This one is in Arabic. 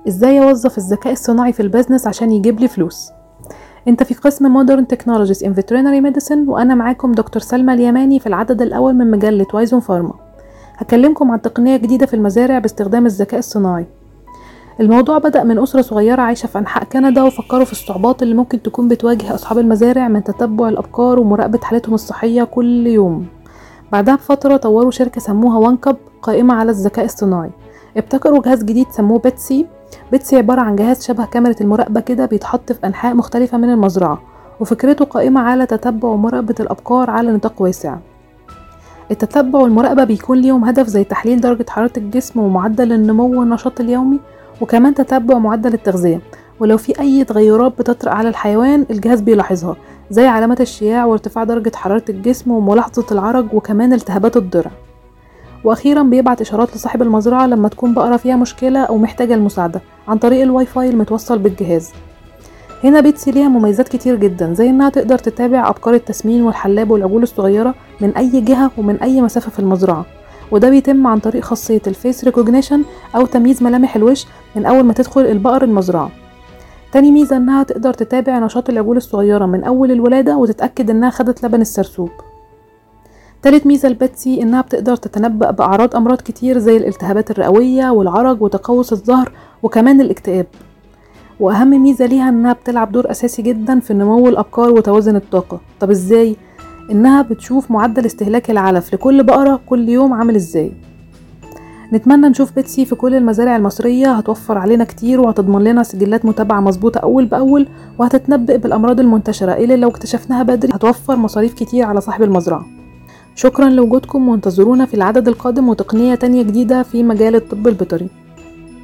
ازاي اوظف الذكاء الصناعي في البيزنس عشان يجيب لي فلوس. انت في قسم Modern Technologies in Veterinary Medicine، وانا معاكم دكتور سلمى اليماني في العدد الاول من مجلة وايزون فارما. هكلمكم عن تقنية جديدة في المزارع باستخدام الذكاء الصناعي. الموضوع بدأ من أسرة صغيرة عايشة في أنحاء كندا، وفكروا في الصعوبات اللي ممكن تكون بتواجه أصحاب المزارع من تتبع الأبقار ومراقبة حالتهم الصحية كل يوم. بعدها بفترة طوروا شركة سموها وان كاب، قائمة على الذكاء الصناعي. ابتكروا جهاز جديد سموه بيتسي. بيتسي عبارة عن جهاز شبه كاميرا المراقبة كده، بيتحط في أنحاء مختلفة من المزرعة، وفكرته قائمة على تتبع ومراقبة الأبقار على نطاق واسع. التتبع والمراقبة بيكون ليهم هدف زي تحليل درجة حرارة الجسم ومعدل النمو والنشاط اليومي، وكمان تتبع معدل التغذية، ولو في أي تغيرات بتطرأ على الحيوان الجهاز بيلاحظها، زي علامات الشياع وارتفاع درجة حرارة الجسم وملاحظة العرج وكمان التهابات الضرع. وأخيرا بيبعت إشارات لصاحب المزرعة لما تكون بقرة فيها مشكلة أو محتاجة المساعدة عن طريق الواي فاي المتوصل بالجهاز. هنا بيتسي ليها مميزات كتير جدا، زي انها تقدر تتابع أبقار التسمين والحلاب والعجول الصغيرة من أي جهة ومن أي مسافة في المزرعة، وده بيتم عن طريق خاصية الفيس ريكوجنيشن أو تمييز ملامح الوش من أول ما تدخل البقر المزرعة. تاني ميزة انها تقدر تتابع نشاط العجول الصغيرة من أول الولادة وتتأكد انها خدت لبن السرسوب. تالت ميزة لبيتسي انها بتقدر تتنبأ بأعراض أمراض كتير زي الالتهابات الرئوية والعرج وتقوس الظهر وكمان الاكتئاب. واهم ميزة ليها انها بتلعب دور اساسي جدا في نمو الابقار وتوازن الطاقة. طب ازاي؟ انها بتشوف معدل استهلاك العلف لكل بقرة كل يوم عامل ازاي. نتمنى نشوف بيتسي في كل المزارع المصرية، هتوفر علينا كتير وهتضمن لنا سجلات متابعة مظبوطة اول باول، وهتتنبأ بالامراض المنتشرة اللي لو اكتشفناها بدري هتوفر مصاريف كتير على صاحب المزرعة. شكرا لوجودكم، وانتظرونا في العدد القادم وتقنية تانية جديدة في مجال الطب البيطري.